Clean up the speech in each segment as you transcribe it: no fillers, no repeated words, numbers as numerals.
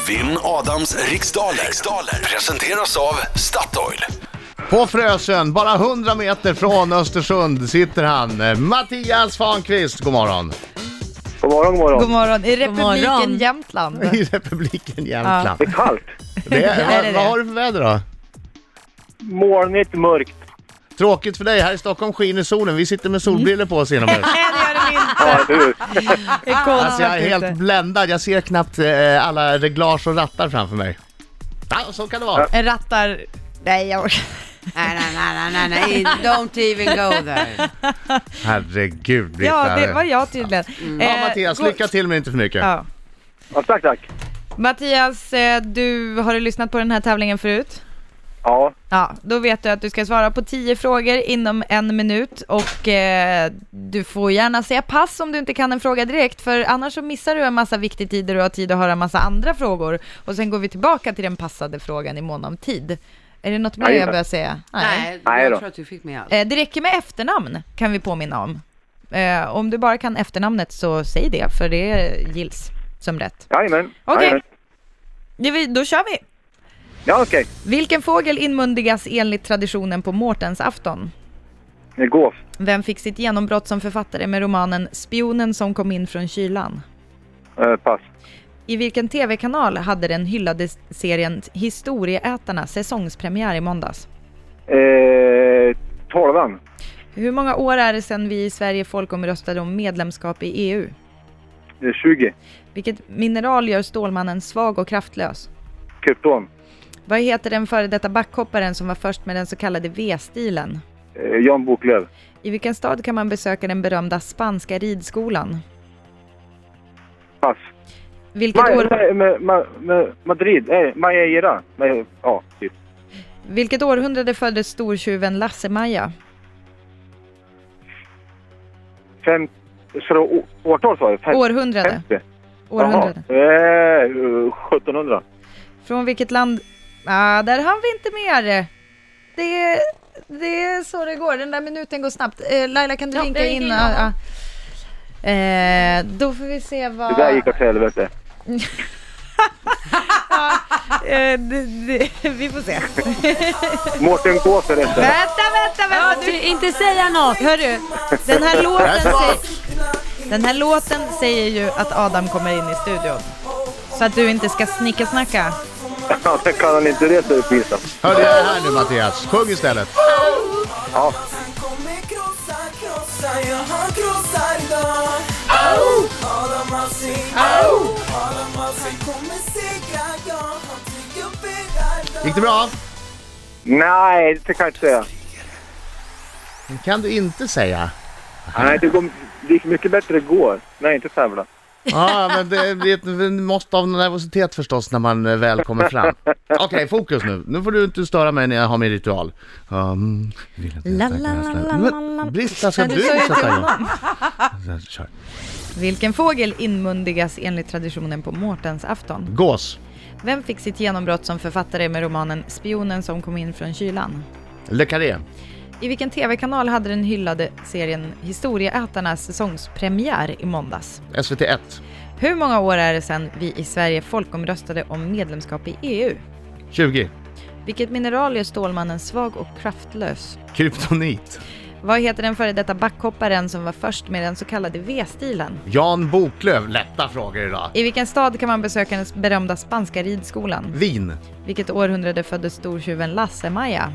Vinn Adams riksdaler. Presenteras av Statoil. På Frösön, bara 100 meter från Östersund, sitter han. Mattias Svanqvist, god morgon. God morgon. God morgon. I Republiken Jämtland. I Republiken Jämtland. Det är kallt. Vad har du för väder då? Molnigt, mörkt. Tråkigt för dig, här i Stockholm skiner solen. Vi sitter med solbriller på oss inomhus. Nej, det gör det inte. Ja, du. Det är kolsvart Alltså jag är helt ute. bländad, jag ser knappt alla reglage och rattar framför mig. Ja, så kan det vara. En rattar... Nej, jag orkar. Nej, don't even go there. Herregud, Britta. Ja, det var jag tydligen. Ja, Mattias, lycka till men inte för mycket. Ja. Ja, tack. Mattias, har du lyssnat på den här tävlingen förut? Ja, Ja, då vet du att du ska svara på 10 frågor inom 1 minut och du får gärna säga pass om du inte kan en fråga direkt, för annars så missar du en massa viktig tid och har tid att höra en massa andra frågor och sen går vi tillbaka till den passade frågan i mån om tid. Är det något mer jag bör säga? Nej, Nej jag då. tror att du fick med allt. Det räcker med efternamn, kan vi påminna om. Om du bara kan efternamnet så säg det, för det gills som rätt. jajamän. Okej. Då kör vi. Ja, okej. Vilken fågel inmundigas enligt traditionen på Mårtens afton? Gås. Vem fick sitt genombrott som författare med romanen Spionen som kom in från kylan? Pass. I vilken tv-kanal hade den hyllade serien Historieätarna säsongspremiär i måndags? 12. Hur många år är det sedan vi i Sverige folkomröstade om medlemskap i EU? 20. Vilket mineral gör Stålmannen svag och kraftlös? Krypton. Vad heter den före detta backhopparen som var först med den så kallade V-stilen? Jan Boklöv. I vilken stad kan man besöka den berömda spanska ridskolan? Pass. Vilket Madrid. Majeira. Ja, typ. Vilket århundrade föddes stortjuven Lasse-Maja? Årtal sa jag. Århundrade. 50. Århundrade. 1700. Från vilket land... där hann vi inte mer. Det är så det går. Den där minuten går snabbt. Laila, kan du vinka in? Då får vi se vad... Det där gick åt helvete. Vi får se. Mårten Gås är rätt. Vänta. Du inte säga något. Hörru, den här låten säger ju att Adam kommer in i studion. Så att du inte ska snacka. Ja, det kan han inte resa upp visa. Hörde jag här nu, Mattias? Sjung istället. Ja. Gick det bra? Nej, det kan jag inte säga. Kan du inte säga? Nej, det gick mycket bättre igår. Nej, inte tävla. Ja, men det blir ett mått av nervositet förstås när man väl kommer fram. Okej, fokus nu. Nu får du inte störa mig när jag har min ritual. Britta, ska du sätta igång? Kör. Vilken fågel inmundigas enligt traditionen på Mårtens afton? Gås. Vem fick sitt genombrott som författare med romanen Spionen som kom in från kylan? Le Carré. I vilken tv-kanal hade den hyllade serien Historieätarnas säsongspremiär i måndags? SVT1. Hur många år är det sedan vi i Sverige folkomröstade om medlemskap i EU? 20. Vilket mineral gör Stålmannen svag och kraftlös? Kryptonit. Vad heter den före detta backhopparen som var först med den så kallade V-stilen? Jan Boklöv. Lätta frågor idag. I vilken stad kan man besöka den berömda spanska ridskolan? Vin. Vilket århundrade föddes stortjuven Lasse-Maja?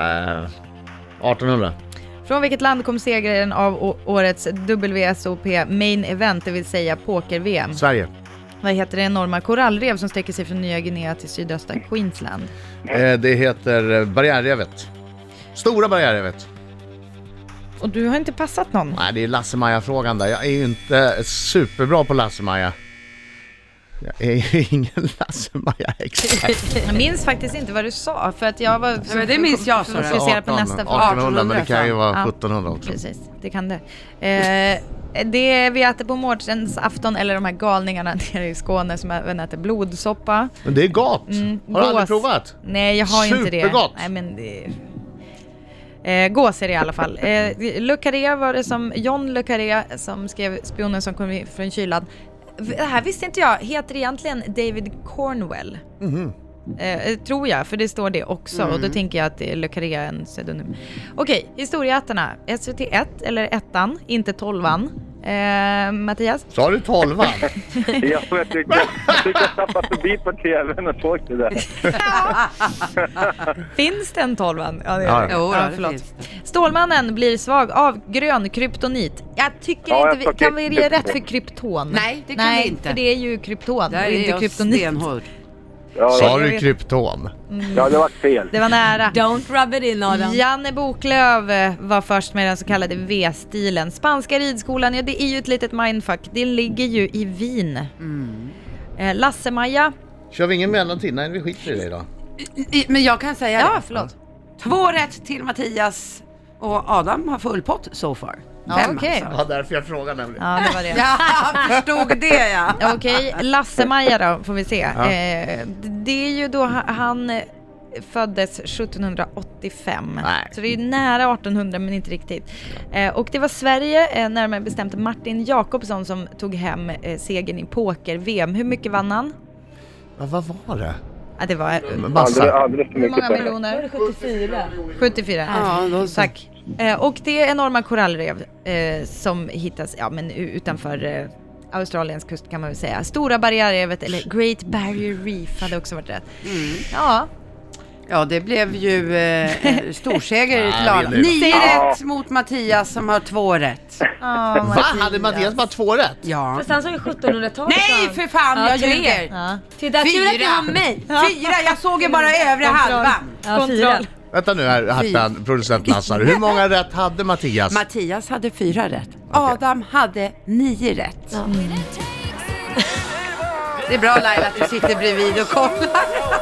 1800. Från vilket land kom segraren av årets WSOP Main Event, det vill säga poker-VM? Sverige. Vad heter det enorma korallrev som sträcker sig från Nya Guinea till sydöstra Queensland? Det heter Barriärrevet. Stora Barriärrevet. Och du har inte passat någon? Nej, det är Lasse-Maja-frågan där. Jag är ju inte superbra på Lasse-Maja. Jag är ju ingen Lasse-Maja-expert. Jag minns faktiskt inte vad du sa, för att jag var men det minns jag, så fokuserad på nästa fråga. 1800, men det kan ju vara Ja. 1700 också. Precis, det kan det. Det vi äter på Mårtens afton, eller de här galningarna nere i Skåne som även äter blodsoppa. Men det är gott. Har du aldrig provat? Nej, jag har inte det. Supergott. Nej, men det... Gås är det i alla fall. Le Carré var det som John Le Carré som skrev Spionen som kom från kylan. det här visste inte jag. Heter egentligen David Cornwell. Tror jag, för det står det också. Och då tänker jag att det är Le Carré en pseudonym. Okej, historieätarna. SVT 1 eller 1:an, inte 12:an. Mattias? Sa du 12? Ja, jag tycker jag tappade förbi på tvn och såg det där. Finns det en 12:an? Ja, det Ja, är det. Jo, Ja, det förlåt. finns det. Stålmannen blir svag av grön kryptonit. Jag tycker Ja, inte jag kan vi ge tycker- rätt för krypton? Nej, det kan vi inte. för det är ju krypton Där och är inte jag kryptonit. stenhård. Ja, Sa jag du vet. krypton? ja, det var fel. Det var nära. Don't rub it in, Adam. Janne Boklöv var först med den så kallade V-stilen. Spanska ridskolan, ja det är ju ett litet mindfuck. Det ligger ju i Wien. Lasse-Maja. Kör vi ingen mellantid? Nej, vi skiter i det idag. Men jag kan säga Ja, det. förlåt. 2 rätt till Mattias och Adam har full pott so far. Ja, 5 okej. alltså. Ja, därför jag frågar nämligen. Ja, det var det. Ja, jag förstod det ja. Okej, Lasse-Maja då, får vi se. Ja. Det är ju då han föddes 1785. Nej. Så det är ju nära 1800 men inte riktigt. Och det var Sverige, närmare bestämt Martin Jakobsson, som tog hem segern i poker-VM. Hur mycket vann han? Ja, vad var det? Ja, det var Massa. Alldeles för hur mycket många pengar. miljoner? 74. 74. Ja, då så. Tack. Och det är enorma korallrev som hittas men utanför Australiens kust kan man väl säga. Stora barriärrevet eller Great Barrier Reef hade också varit rätt. Ja, Ja, det blev ju storseger till Nej, Arla. det är 9 Ja. rätt mot Mattias som har 2 rätt. Va? Hade Mattias bara 2 rätt? Ja. Fast han sa ju 1700-talet. Nej, för fan, Ja, jag 3. ljuger. Ja. Titta, tur att det var mig. 4, jag såg ju bara övre halvan. Ja, 4. Vänta nu här, Hartan, producent Nassar. Hur många rätt hade Mattias? Mattias hade 4 rätt. Adam hade 9 rätt. Det är bra Laila att du sitter bredvid och kollar.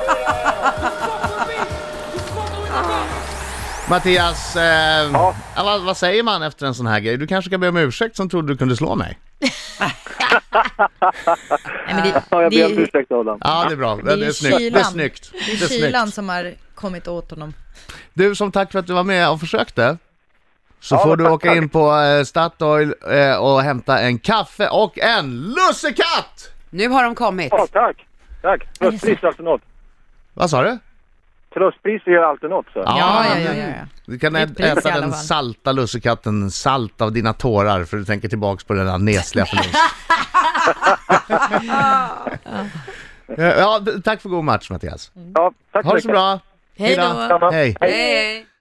Mattias, vad säger man efter en sån här grej? Du kanske kan be om ursäkt som trodde du kunde slå mig. Nej, men det, Ja, jag det, ber om är- ursäkt Adam. Ja, det är bra. Det är ju snyggt. Det är kylan. snyggt. det är kylan som har kommit åt honom. Du, som tack för att du var med och försökte. Så Ja, får du tack, åka tack. in på Statoil och hämta en kaffe och en lussekatt! Nu har de kommit. Ja, tack. Tack. Tröstpris är alltid något. Vad sa du? Tröstpris är alltid något, så. Ja. Du kan Det är ett pris i äta alla den fall. salta lussekatten, salt av dina tårar, för du tänker tillbaks på den där nesliga förlust. Ja, tack för god match Mattias. Ja, tack Ha det så bra. Hej då. Hej. Hej.